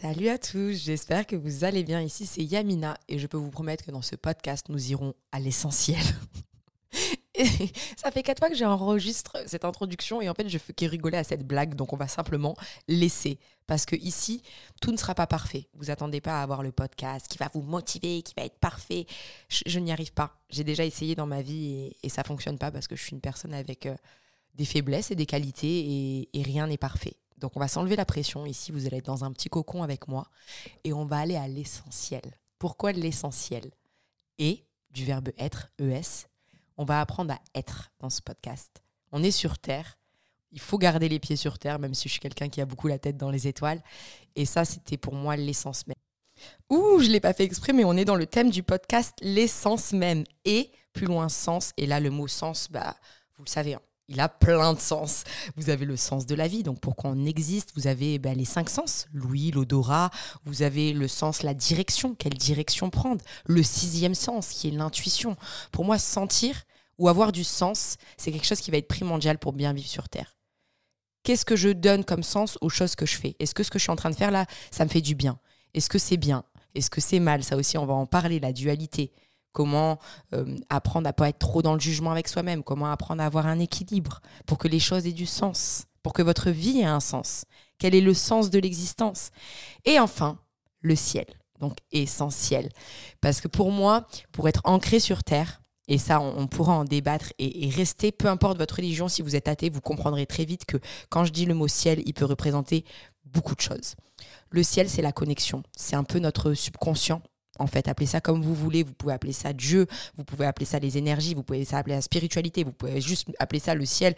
Salut à tous, j'espère que vous allez bien. Ici c'est Yamina et je peux vous promettre que dans ce podcast, nous irons à l'essentiel. Et ça fait 4 fois que j'enregistre cette introduction et en fait je fais que rigoler à cette blague, donc on va simplement laisser. Parce que ici, tout ne sera pas parfait. Vous attendez pas à avoir le podcast qui va vous motiver, qui va être parfait. Je n'y arrive pas. J'ai déjà essayé dans ma vie et ça fonctionne pas parce que je suis une personne avec des faiblesses et des qualités et rien n'est parfait. Donc on va s'enlever la pression. Ici, vous allez être dans un petit cocon avec moi et on va aller à l'essentiel. Pourquoi l'essentiel ? Et du verbe être, ES, on va apprendre à être dans ce podcast. On est sur Terre. Il faut garder les pieds sur Terre, même si je suis quelqu'un qui a beaucoup la tête dans les étoiles. Et ça, c'était pour moi l'essence même. Ouh, je ne l'ai pas fait exprès, mais on est dans le thème du podcast, l'essence même. Et plus loin, sens. Et là, le mot sens, vous le savez, il a plein de sens. Vous avez le sens de la vie, donc pourquoi on existe. Vous avez les 5 sens, l'ouïe, l'odorat. Vous avez le sens, la direction, quelle direction prendre. Le 6e sens, qui est l'intuition. Pour moi, sentir ou avoir du sens, c'est quelque chose qui va être primordial pour bien vivre sur Terre. Qu'est-ce que je donne comme sens aux choses que je fais ? Est-ce que ce que je suis en train de faire là, ça me fait du bien ? Est-ce que c'est bien ? Est-ce que c'est mal ? Ça aussi, on va en parler, la dualité. Comment apprendre à ne pas être trop dans le jugement avec soi-même ? Comment apprendre à avoir un équilibre pour que les choses aient du sens ? Pour que votre vie ait un sens ? Quel est le sens de l'existence ? Et enfin, le ciel, donc essentiel. Parce que pour moi, pour être ancré sur Terre, et ça, on pourra en débattre et rester, peu importe votre religion, si vous êtes athée, vous comprendrez très vite que quand je dis le mot ciel, il peut représenter beaucoup de choses. Le ciel, c'est la connexion. C'est un peu notre subconscient. En fait, appelez ça comme vous voulez. Vous pouvez appeler ça Dieu, vous pouvez appeler ça les énergies, vous pouvez appeler ça la spiritualité, vous pouvez juste appeler ça le ciel.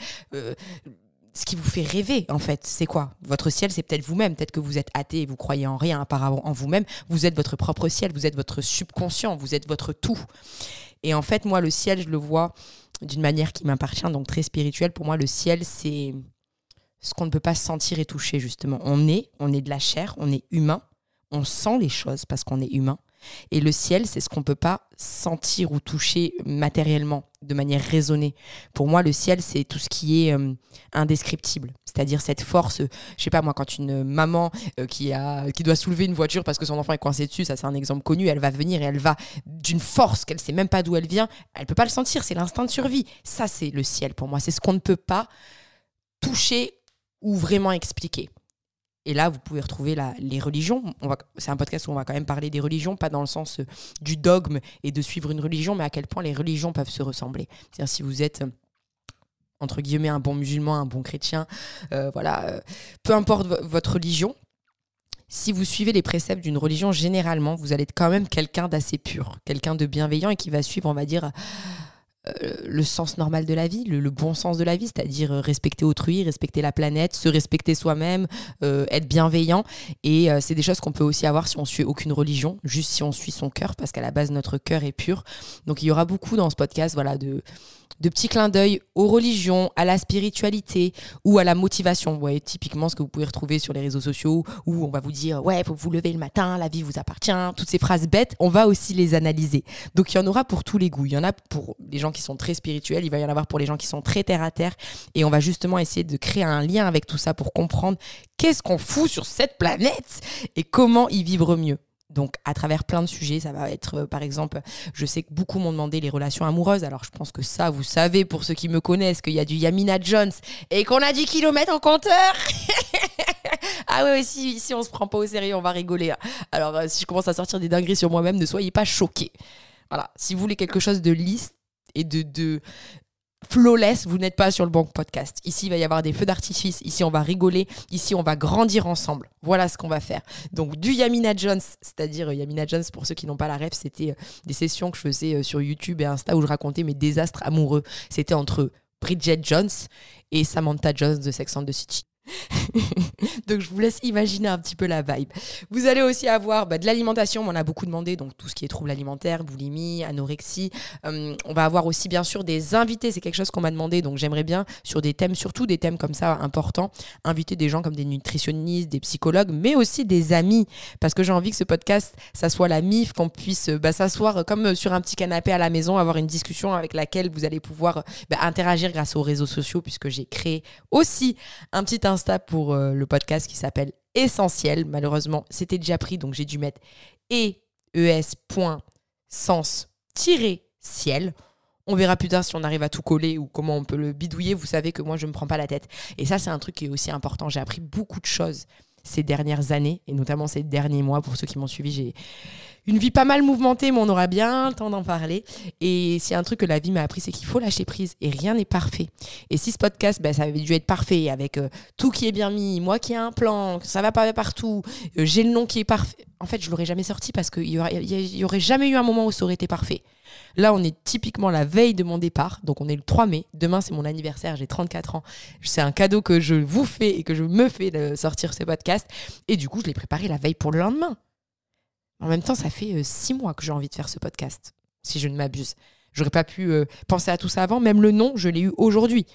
Ce qui vous fait rêver, en fait, c'est quoi ? Votre ciel, c'est peut-être vous-même. Peut-être que vous êtes athée et vous croyez en rien à part en vous-même. Vous êtes votre propre ciel, vous êtes votre subconscient, vous êtes votre tout. Et en fait, moi, le ciel, je le vois d'une manière qui m'appartient, donc très spirituelle. Pour moi, le ciel, c'est ce qu'on ne peut pas sentir et toucher, justement. On est de la chair, on est humain, on sent les choses parce qu'on est humain. Et le ciel, c'est ce qu'on ne peut pas sentir ou toucher matériellement, de manière raisonnée. Pour moi, le ciel, c'est tout ce qui est indescriptible. C'est-à-dire cette force, je sais pas moi, quand une maman qui doit soulever une voiture parce que son enfant est coincé dessus, ça c'est un exemple connu, elle va venir et elle va d'une force qu'elle ne sait même pas d'où elle vient, elle ne peut pas le sentir, c'est l'instinct de survie. Ça, c'est le ciel pour moi, c'est ce qu'on ne peut pas toucher ou vraiment expliquer. Et là, vous pouvez retrouver les religions. C'est un podcast où on va quand même parler des religions, pas dans le sens du dogme et de suivre une religion, mais à quel point les religions peuvent se ressembler. C'est-à-dire si vous êtes, entre guillemets, un bon musulman, un bon chrétien, peu importe votre religion, si vous suivez les préceptes d'une religion, généralement, vous allez être quand même quelqu'un d'assez pur, quelqu'un de bienveillant et qui va suivre, on va dire, le sens normal de la vie, le bon sens de la vie, c'est-à-dire respecter autrui, respecter la planète, se respecter soi-même, être bienveillant. Et c'est des choses qu'on peut aussi avoir si on suit aucune religion, juste si on suit son cœur, parce qu'à la base, notre cœur est pur. Donc il y aura beaucoup dans ce podcast de petits clins d'œil aux religions, à la spiritualité ou à la motivation. Vous voyez, typiquement ce que vous pouvez retrouver sur les réseaux sociaux où on va vous dire « Ouais, il faut vous lever le matin, la vie vous appartient ». Toutes ces phrases bêtes, on va aussi les analyser. Donc il y en aura pour tous les goûts. Il y en a pour les gens qui sont très spirituels, il va y en avoir pour les gens qui sont très terre à terre. Et on va justement essayer de créer un lien avec tout ça pour comprendre qu'est-ce qu'on fout sur cette planète et comment y vivre mieux. Donc, à travers plein de sujets, ça va être, par exemple, je sais que beaucoup m'ont demandé les relations amoureuses. Alors, je pense que ça, vous savez, pour ceux qui me connaissent, qu'il y a du Yamina Jones et qu'on a du kilomètre en compteur. Ah ouais, si on se prend pas au sérieux, on va rigoler. Alors, si je commence à sortir des dingueries sur moi-même, ne soyez pas choqués. Voilà, si vous voulez quelque chose de lisse et de flawless, vous n'êtes pas sur le bon podcast. Ici, il va y avoir des feux d'artifice. Ici, on va rigoler. Ici, on va grandir ensemble. Voilà ce qu'on va faire. Donc, du Yamina Jones, c'est-à-dire Yamina Jones, pour ceux qui n'ont pas la ref, c'était des sessions que je faisais sur YouTube et Insta où je racontais mes désastres amoureux. C'était entre Bridget Jones et Samantha Jones de Sex and the City. Donc je vous laisse imaginer un petit peu la vibe. Vous allez aussi avoir de l'alimentation, on m'en a beaucoup demandé, donc tout ce qui est troubles alimentaires, boulimie, anorexie. On va avoir aussi bien sûr des invités, c'est quelque chose qu'on m'a demandé, donc j'aimerais bien sur des thèmes, surtout des thèmes comme ça importants, inviter des gens comme des nutritionnistes, des psychologues, mais aussi des amis, parce que j'ai envie que ce podcast, ça soit la MIF, qu'on puisse s'asseoir comme sur un petit canapé à la maison, avoir une discussion avec laquelle vous allez pouvoir interagir grâce aux réseaux sociaux, puisque j'ai créé aussi un petit Insta pour le podcast podcast qui s'appelle Essentiel. Malheureusement, c'était déjà pris, donc j'ai dû mettre es.sens-ciel. On verra plus tard si on arrive à tout coller ou comment on peut le bidouiller. Vous savez que moi, je ne me prends pas la tête. Et ça, c'est un truc qui est aussi important. J'ai appris beaucoup de choses ces dernières années, et notamment ces derniers mois. Pour ceux qui m'ont suivi, j'ai une vie pas mal mouvementée, mais on aura bien le temps d'en parler. Et s'il y a un truc que la vie m'a appris, c'est qu'il faut lâcher prise, et rien n'est parfait. Et si ce podcast, ça avait dû être parfait, avec tout qui est bien mis, moi qui ai un plan, ça va pas partout, j'ai le nom qui est parfait, en fait, je l'aurais jamais sorti parce qu'il y aurait jamais eu un moment où ça aurait été parfait. Là, on est typiquement la veille de mon départ. Donc, on est le 3 mai. Demain, c'est mon anniversaire. J'ai 34 ans. C'est un cadeau que je vous fais et que je me fais de sortir ce podcast. Et du coup, je l'ai préparé la veille pour le lendemain. En même temps, ça fait 6 mois que j'ai envie de faire ce podcast, si je ne m'abuse. J'aurais pas pu penser à tout ça avant. Même le nom, je l'ai eu aujourd'hui.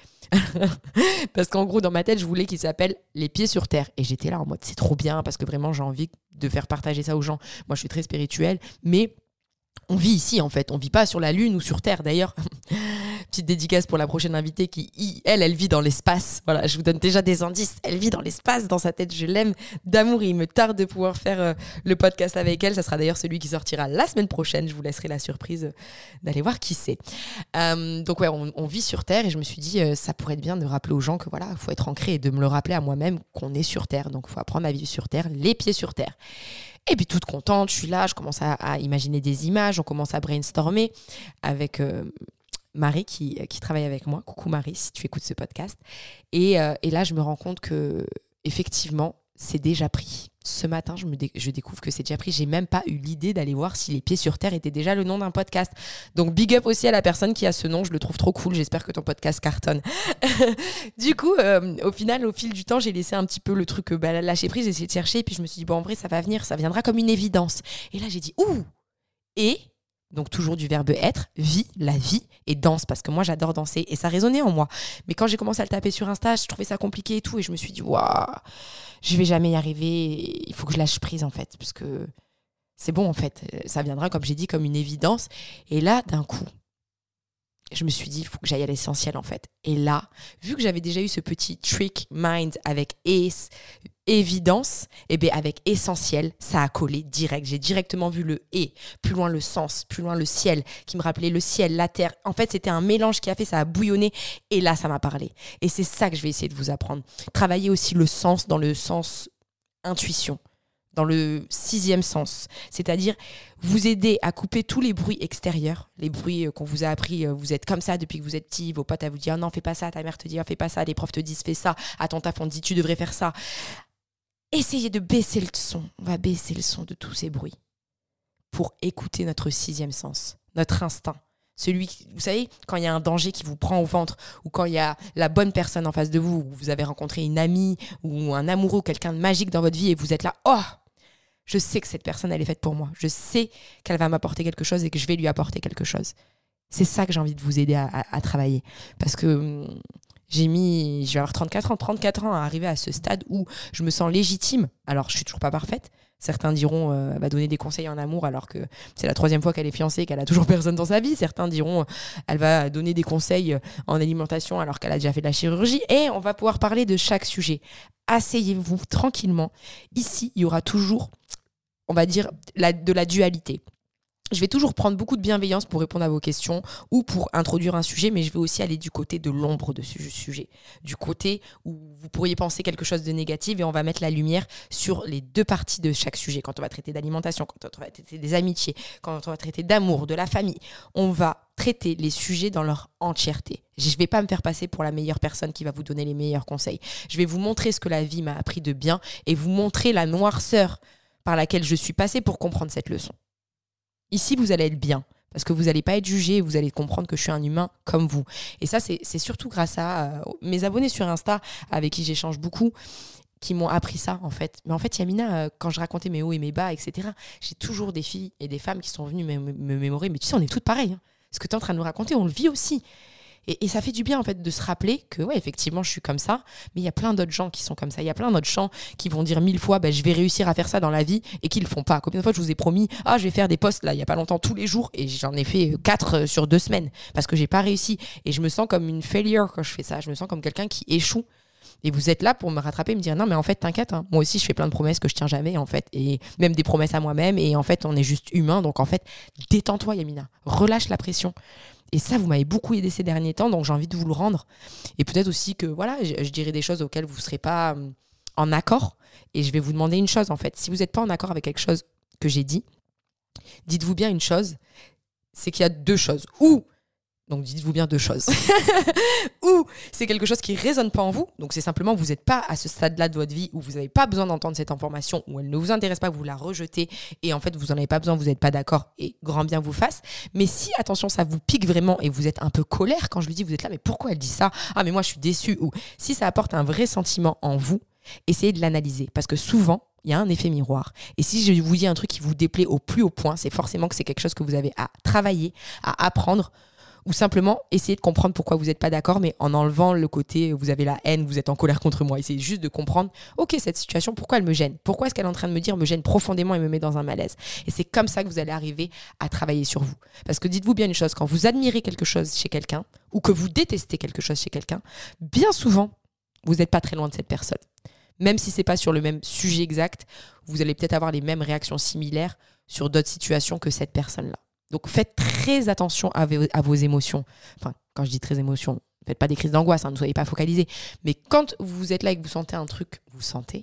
Parce qu'en gros, dans ma tête, je voulais qu'il s'appelle Les Pieds sur Terre. Et j'étais là en mode, c'est trop bien parce que vraiment, j'ai envie de faire partager ça aux gens. Moi, je suis très spirituelle, mais on vit ici, en fait. On vit pas sur la Lune ou sur Terre, d'ailleurs. Petite dédicace pour la prochaine invitée qui, elle vit dans l'espace. Voilà, je vous donne déjà des indices. Elle vit dans l'espace, dans sa tête. Je l'aime d'amour. Il me tarde de pouvoir faire le podcast avec elle. Ça sera d'ailleurs celui qui sortira la semaine prochaine. Je vous laisserai la surprise d'aller voir qui c'est. Donc ouais, on vit sur Terre et je me suis dit, ça pourrait être bien de rappeler aux gens que voilà, il faut être ancré et de me le rappeler à moi-même qu'on est sur Terre. Donc il faut apprendre à vivre sur Terre, les pieds sur Terre. Et puis toute contente, je suis là, je commence à imaginer des images, on commence à brainstormer avec Marie qui travaille avec moi. Coucou Marie, si tu écoutes ce podcast. Et là, je me rends compte que effectivement, c'est déjà pris. Ce matin, je découvre que c'est déjà pris. J'ai même pas eu l'idée d'aller voir si Les Pieds sur Terre était déjà le nom d'un podcast. Donc big up aussi à la personne qui a ce nom. Je le trouve trop cool. J'espère que ton podcast cartonne. Du coup, au final, au fil du temps, j'ai laissé un petit peu le truc lâcher prise. J'ai essayé de chercher. Et puis je me suis dit, bon, en vrai, ça va venir. Ça viendra comme une évidence. Et là, j'ai dit, ouh. Et donc toujours du verbe être, vie, la vie, et danse, parce que moi j'adore danser, et ça résonnait en moi. Mais quand j'ai commencé à le taper sur Insta, je trouvais ça compliqué et tout, et je me suis dit, waouh, je vais jamais y arriver, il faut que je lâche prise en fait, parce que c'est bon en fait, ça viendra comme j'ai dit, comme une évidence. Et là, d'un coup, je me suis dit, il faut que j'aille à l'essentiel en fait. Et là, vu que j'avais déjà eu ce petit trick mind avec évidence, et bien avec essentiel, ça a collé direct. J'ai directement vu le et, plus loin le sens, plus loin le ciel, qui me rappelait le ciel, la terre. En fait, c'était un mélange qui a fait, ça a bouillonné, et là, ça m'a parlé. Et c'est ça que je vais essayer de vous apprendre. Travailler aussi le sens dans le sens intuition, dans le 6e sens, c'est-à-dire vous aider à couper tous les bruits extérieurs, les bruits qu'on vous a appris, vous êtes comme ça depuis que vous êtes petit, vos potes, elles vous disent « Ah non, fais pas ça », ta mère te dit « Ah, fais pas ça », les profs te disent « Fais ça », à ton taf, on te dit « Tu devrais faire ça ». Essayez de baisser le son, on va baisser le son de tous ces bruits pour écouter notre 6e sens, notre instinct. Celui qui, vous savez, quand il y a un danger qui vous prend au ventre, ou quand il y a la bonne personne en face de vous, ou vous avez rencontré une amie, ou un amoureux, quelqu'un de magique dans votre vie, et vous êtes là « Oh !» Je sais que cette personne, elle est faite pour moi. Je sais qu'elle va m'apporter quelque chose et que je vais lui apporter quelque chose. C'est ça que j'ai envie de vous aider à travailler. Parce que je vais avoir 34 ans à arriver à ce stade où je me sens légitime. Alors, je suis toujours pas parfaite. Certains diront, elle va donner des conseils en amour alors que c'est la 3e fois qu'elle est fiancée et qu'elle a toujours personne dans sa vie. Certains diront, elle va donner des conseils en alimentation alors qu'elle a déjà fait de la chirurgie. Et on va pouvoir parler de chaque sujet. Asseyez-vous tranquillement. Ici, il y aura toujours, on va dire, de la dualité. Je vais toujours prendre beaucoup de bienveillance pour répondre à vos questions ou pour introduire un sujet, mais je vais aussi aller du côté de l'ombre de ce sujet, du côté où vous pourriez penser quelque chose de négatif, et on va mettre la lumière sur les 2 parties de chaque sujet. Quand on va traiter d'alimentation, quand on va traiter des amitiés, quand on va traiter d'amour, de la famille, on va traiter les sujets dans leur entièreté. Je ne vais pas me faire passer pour la meilleure personne qui va vous donner les meilleurs conseils. Je vais vous montrer ce que la vie m'a appris de bien et vous montrer la noirceur par laquelle je suis passée pour comprendre cette leçon. Ici, vous allez être bien, parce que vous n'allez pas être jugé et vous allez comprendre que je suis un humain comme vous. Et ça, c'est surtout grâce à mes abonnés sur Insta, avec qui j'échange beaucoup, qui m'ont appris ça, en fait. Mais en fait, Yamina, quand je racontais mes hauts et mes bas, etc., j'ai toujours des filles et des femmes qui sont venues me mémorer. Mais tu sais, on est toutes pareilles. Hein. Ce que tu es en train de nous raconter, on le vit aussi. Et ça fait du bien, en fait, de se rappeler que, ouais, effectivement, je suis comme ça, mais il y a plein d'autres gens qui sont comme ça. Il y a plein d'autres gens qui vont dire 1000 fois, je vais réussir à faire ça dans la vie, et qui le font pas. Combien de fois je vous ai promis, je vais faire des posts, là, il y a pas longtemps, tous les jours, et j'en ai fait 4 sur 2 semaines, parce que j'ai pas réussi. Et je me sens comme une failure quand je fais ça. Je me sens comme quelqu'un qui échoue, Et vous êtes là pour me rattraper, me dire non mais en fait t'inquiète, hein, moi aussi je fais plein de promesses que je tiens jamais en fait, et même des promesses à moi-même, et en fait on est juste humain, donc en fait détends-toi Yamina, relâche la pression. Et ça vous m'avez beaucoup aidé ces derniers temps, donc j'ai envie de vous le rendre. Et peut-être aussi que voilà, je dirai des choses auxquelles vous ne serez pas en accord, et je vais vous demander une chose en fait, si vous n'êtes pas en accord avec quelque chose que j'ai dit, dites-vous bien une chose, c'est qu'il y a deux choses, donc dites-vous bien deux choses. Ou c'est quelque chose qui ne résonne pas en vous, donc c'est simplement vous n'êtes pas à ce stade-là de votre vie où vous n'avez pas besoin d'entendre cette information, où elle ne vous intéresse pas, vous la rejetez et en fait vous n'en avez pas besoin, vous n'êtes pas d'accord et grand bien vous fasse. Mais si, attention, ça vous pique vraiment et vous êtes un peu colère quand je lui dis, vous êtes là, mais pourquoi elle dit ça ? Ah mais moi je suis déçue. Ou si ça apporte un vrai sentiment en vous, essayez de l'analyser parce que souvent, il y a un effet miroir. Et si je vous dis un truc qui vous déplaît au plus haut point, c'est forcément que c'est quelque chose que vous avez à travailler, à apprendre, ou simplement essayer de comprendre pourquoi vous n'êtes pas d'accord, mais en enlevant le côté vous avez la haine, vous êtes en colère contre moi. Essayez juste de comprendre, ok, cette situation, pourquoi elle me gêne ? Pourquoi est-ce qu'elle est en train de me dire me gêne profondément et me met dans un malaise ? Et c'est comme ça que vous allez arriver à travailler sur vous. Parce que dites-vous bien une chose, quand vous admirez quelque chose chez quelqu'un, ou que vous détestez quelque chose chez quelqu'un, bien souvent, vous n'êtes pas très loin de cette personne. Même si ce n'est pas sur le même sujet exact, vous allez peut-être avoir les mêmes réactions similaires sur d'autres situations que cette personne-là. Donc faites très attention à vos émotions. Enfin, quand je dis très émotions, faites pas des crises d'angoisse, ne soyez pas focalisés. Mais quand vous êtes là et que vous sentez un truc, vous sentez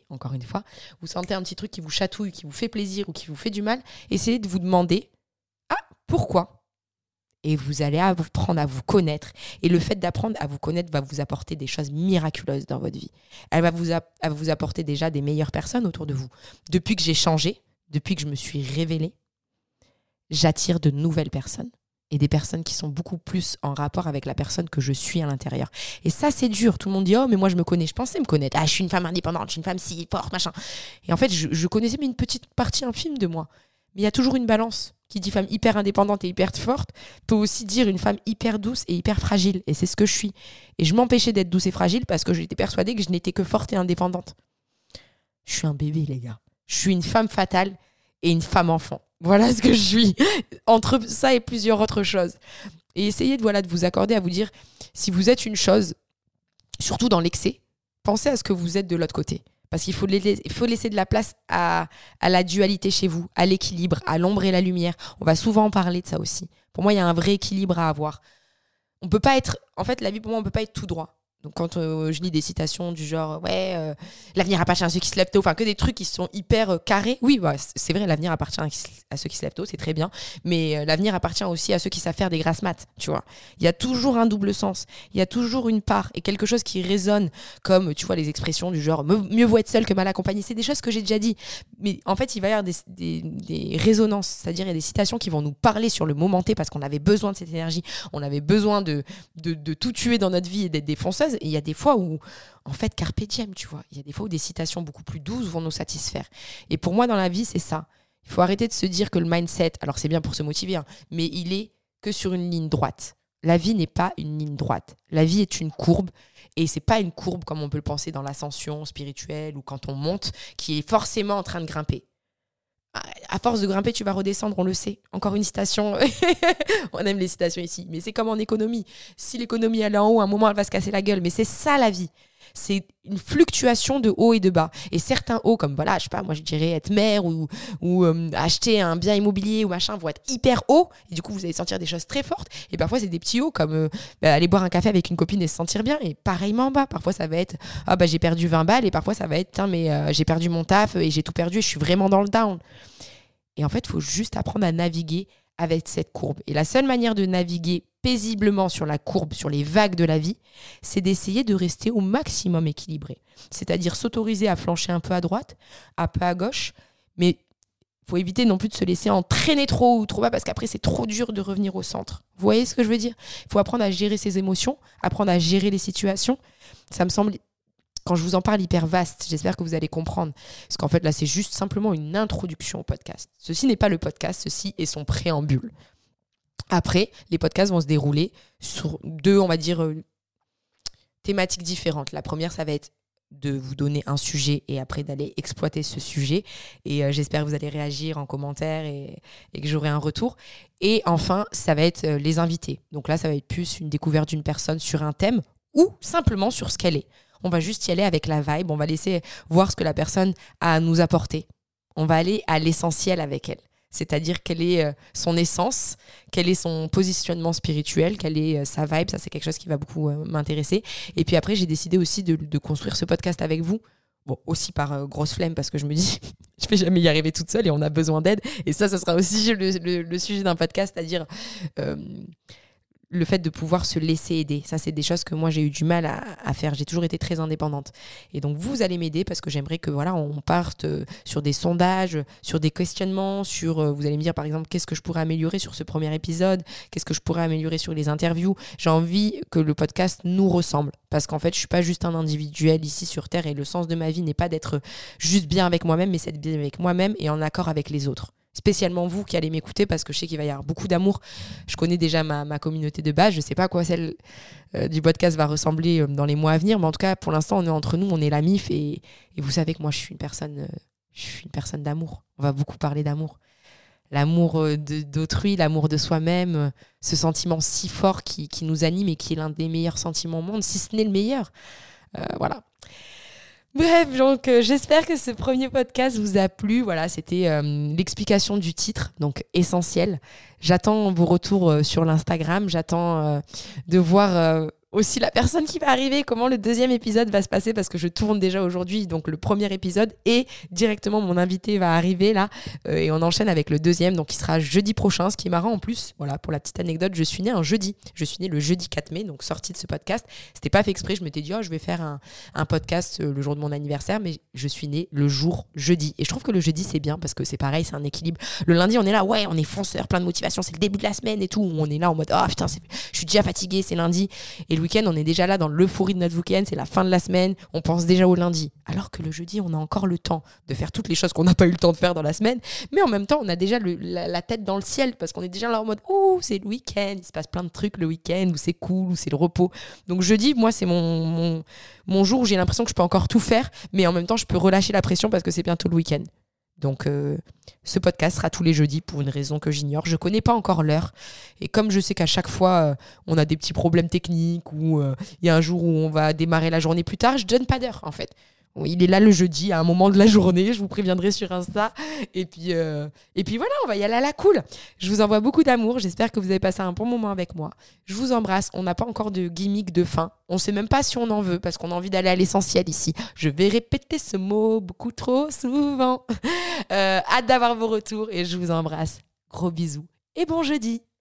un petit truc qui vous chatouille, qui vous fait plaisir ou qui vous fait du mal, essayez de vous demander « Ah, pourquoi ?» Et vous allez apprendre à vous connaître. Et le fait d'apprendre à vous connaître va vous apporter des choses miraculeuses dans votre vie. Elle va vous apporter déjà des meilleures personnes autour de vous. Depuis que j'ai changé, depuis que je me suis révélée, j'attire de nouvelles personnes et des personnes qui sont beaucoup plus en rapport avec la personne que je suis à l'intérieur. Et ça, c'est dur. Tout le monde dit « Oh, mais moi, je me connais. » Je pensais me connaître. « Ah, je suis une femme indépendante. Je suis une femme si forte, machin. » Et en fait, je connaissais mais une petite partie infime de moi. Mais il y a toujours une balance. Qui dit femme hyper indépendante et hyper forte peut aussi dire une femme hyper douce et hyper fragile. Et c'est ce que je suis. Et je m'empêchais d'être douce et fragile parce que j'étais persuadée que je n'étais que forte et indépendante. Je suis un bébé, les gars. Je suis une femme fatale et une femme enfant. Voilà ce que je suis. Entre ça et plusieurs autres choses. Et essayez de vous accorder à vous dire, si vous êtes une chose, surtout dans l'excès, pensez à ce que vous êtes de l'autre côté. Parce qu'il faut laisser de la place à la dualité chez vous, à l'équilibre, à l'ombre et la lumière. On va souvent en parler de ça aussi. Pour moi, il y a un vrai équilibre à avoir. On peut pas être... En fait, la vie, pour moi, on peut pas être tout droit. Donc, quand je lis des citations du genre « Ouais, l'avenir appartient à ceux qui se lèvent tôt », enfin, que des trucs qui sont hyper carrés. Oui, bah, c'est vrai, l'avenir appartient à ceux qui se lèvent tôt, c'est très bien. Mais l'avenir appartient aussi à ceux qui savent faire des grasses maths, tu vois. Il y a toujours un double sens. Il y a toujours une part et quelque chose qui résonne comme, tu vois, les expressions du genre « Mieux vaut être seul que mal accompagné ». C'est des choses que j'ai déjà dit. Mais en fait, il va y avoir des résonances. C'est-à-dire, il y a des citations qui vont nous parler sur le moment T parce qu'on avait besoin de cette énergie. On avait besoin de tout tuer dans notre vie et d'être des fonceuses. Et il y a des fois où, en fait, carpe diem, tu vois. Il y a des fois où des citations beaucoup plus douces vont nous satisfaire. Et pour moi, dans la vie, c'est ça. Il faut arrêter de se dire que le mindset, alors c'est bien pour se motiver, hein, mais il est que sur une ligne droite. La vie n'est pas une ligne droite. La vie est une courbe. Et c'est pas une courbe comme on peut le penser dans l'ascension spirituelle ou quand on monte, qui est forcément en train de grimper. À force de grimper, tu vas redescendre, on le sait. Encore une citation. On aime les citations ici. Mais c'est comme en économie. Si l'économie elle est en haut, à un moment, elle va se casser la gueule. Mais c'est ça la vie. C'est une fluctuation de haut et de bas. Et certains hauts, comme voilà, je sais pas, moi je dirais être mère ou acheter un bien immobilier ou machin, vont être hyper hauts. Et du coup, vous allez sentir des choses très fortes. Et parfois, c'est des petits hauts comme aller boire un café avec une copine et se sentir bien. Et pareillement bas. Parfois, ça va être j'ai perdu 20 balles. Et parfois, ça va être j'ai perdu mon taf et j'ai tout perdu et je suis vraiment dans le down. Et en fait, il faut juste apprendre à naviguer avec cette courbe. Et la seule manière de naviguer paisiblement sur la courbe, sur les vagues de la vie, c'est d'essayer de rester au maximum équilibré. C'est-à-dire s'autoriser à flancher un peu à droite, un peu à gauche, mais il faut éviter non plus de se laisser entraîner trop ou trop bas parce qu'après, c'est trop dur de revenir au centre. Vous voyez ce que je veux dire ? Il faut apprendre à gérer ses émotions, apprendre à gérer les situations. Ça me semble... Quand je vous en parle, hyper vaste, j'espère que vous allez comprendre. Parce qu'en fait, là, c'est juste simplement une introduction au podcast. Ceci n'est pas le podcast, ceci est son préambule. Après, les podcasts vont se dérouler sur deux, on va dire, thématiques différentes. La première, ça va être de vous donner un sujet et après d'aller exploiter ce sujet. Et j'espère que vous allez réagir en commentaire et que j'aurai un retour. Et enfin, ça va être les invités. Donc là, ça va être plus une découverte d'une personne sur un thème ou simplement sur ce qu'elle est. On va juste y aller avec la vibe, on va laisser voir ce que la personne a à nous apporter. On va aller à l'essentiel avec elle. C'est-à-dire quelle est son essence, quel est son positionnement spirituel, quelle est sa vibe. Ça, c'est quelque chose qui va beaucoup m'intéresser. Et puis après, j'ai décidé aussi de construire ce podcast avec vous. Bon, aussi par grosse flemme, parce que je me dis, je vais jamais y arriver toute seule et on a besoin d'aide. Et ça sera aussi le sujet d'un podcast, c'est-à-dire le fait de pouvoir se laisser aider. Ça, c'est des choses que moi, j'ai eu du mal à faire. J'ai toujours été très indépendante. Et donc, vous allez m'aider parce que j'aimerais que on parte sur des sondages, sur des questionnements, vous allez me dire, par exemple, qu'est-ce que je pourrais améliorer sur ce premier épisode, qu'est-ce que je pourrais améliorer sur les interviews. J'ai envie que le podcast nous ressemble parce qu'en fait, je suis pas juste un individuel ici sur Terre et le sens de ma vie n'est pas d'être juste bien avec moi-même, mais c'est d'être bien avec moi-même et en accord avec les autres. Spécialement vous qui allez m'écouter parce que je sais qu'il va y avoir beaucoup d'amour. Je connais déjà ma communauté de base. Je ne sais pas à quoi celle du podcast va ressembler dans les mois à venir. Mais en tout cas, pour l'instant, on est entre nous, on est la MIF. Et vous savez que moi, je suis une personne d'amour. On va beaucoup parler d'amour. L'amour d'autrui, l'amour de soi-même, ce sentiment si fort qui nous anime et qui est l'un des meilleurs sentiments au monde, si ce n'est le meilleur. Voilà. Bref, donc j'espère que ce premier podcast vous a plu. Voilà, c'était l'explication du titre, donc essentiel. J'attends vos retours sur l'Instagram. J'attends de voir aussi la personne qui va arriver, comment le deuxième épisode va se passer parce que je tourne déjà aujourd'hui donc le premier épisode et directement mon invité va arriver là et on enchaîne avec le deuxième donc qui sera jeudi prochain. Ce qui est marrant en plus, voilà, pour la petite anecdote, je suis née un jeudi. Je suis née le jeudi 4 mai, donc sortie de ce podcast. C'était pas fait exprès, je m'étais dit je vais faire un podcast le jour de mon anniversaire, mais je suis née le jour jeudi et je trouve que le jeudi c'est bien parce que c'est pareil, c'est un équilibre. Le lundi on est là, ouais, on est fonceur, plein de motivation, c'est le début de la semaine et tout, on est là en mode putain, je suis déjà fatiguée, c'est lundi. Et le week-end, on est déjà là dans l'euphorie de notre week-end, c'est la fin de la semaine, on pense déjà au lundi. Alors que le jeudi, on a encore le temps de faire toutes les choses qu'on n'a pas eu le temps de faire dans la semaine, mais en même temps, on a déjà la tête dans le ciel parce qu'on est déjà là en mode c'est le week-end, il se passe plein de trucs le week-end, où c'est cool, où c'est le repos. Donc jeudi, moi, c'est mon jour où j'ai l'impression que je peux encore tout faire, mais en même temps, je peux relâcher la pression parce que c'est bientôt le week-end. Donc ce podcast sera tous les jeudis pour une raison que j'ignore. Je connais pas encore l'heure. Et comme je sais qu'à chaque fois, on a des petits problèmes techniques ou il y a un jour où on va démarrer la journée plus tard, je donne pas d'heure en fait. Il est là le jeudi à un moment de la journée, je vous préviendrai sur Insta. Et puis voilà, on va y aller à la cool. Je vous envoie beaucoup d'amour, j'espère que vous avez passé un bon moment avec moi. Je vous embrasse, on n'a pas encore de gimmick de fin. On sait même pas si on en veut parce qu'on a envie d'aller à l'essentiel ici. Je vais répéter ce mot beaucoup trop souvent. Hâte d'avoir vos retours et je vous embrasse. Gros bisous et bon jeudi.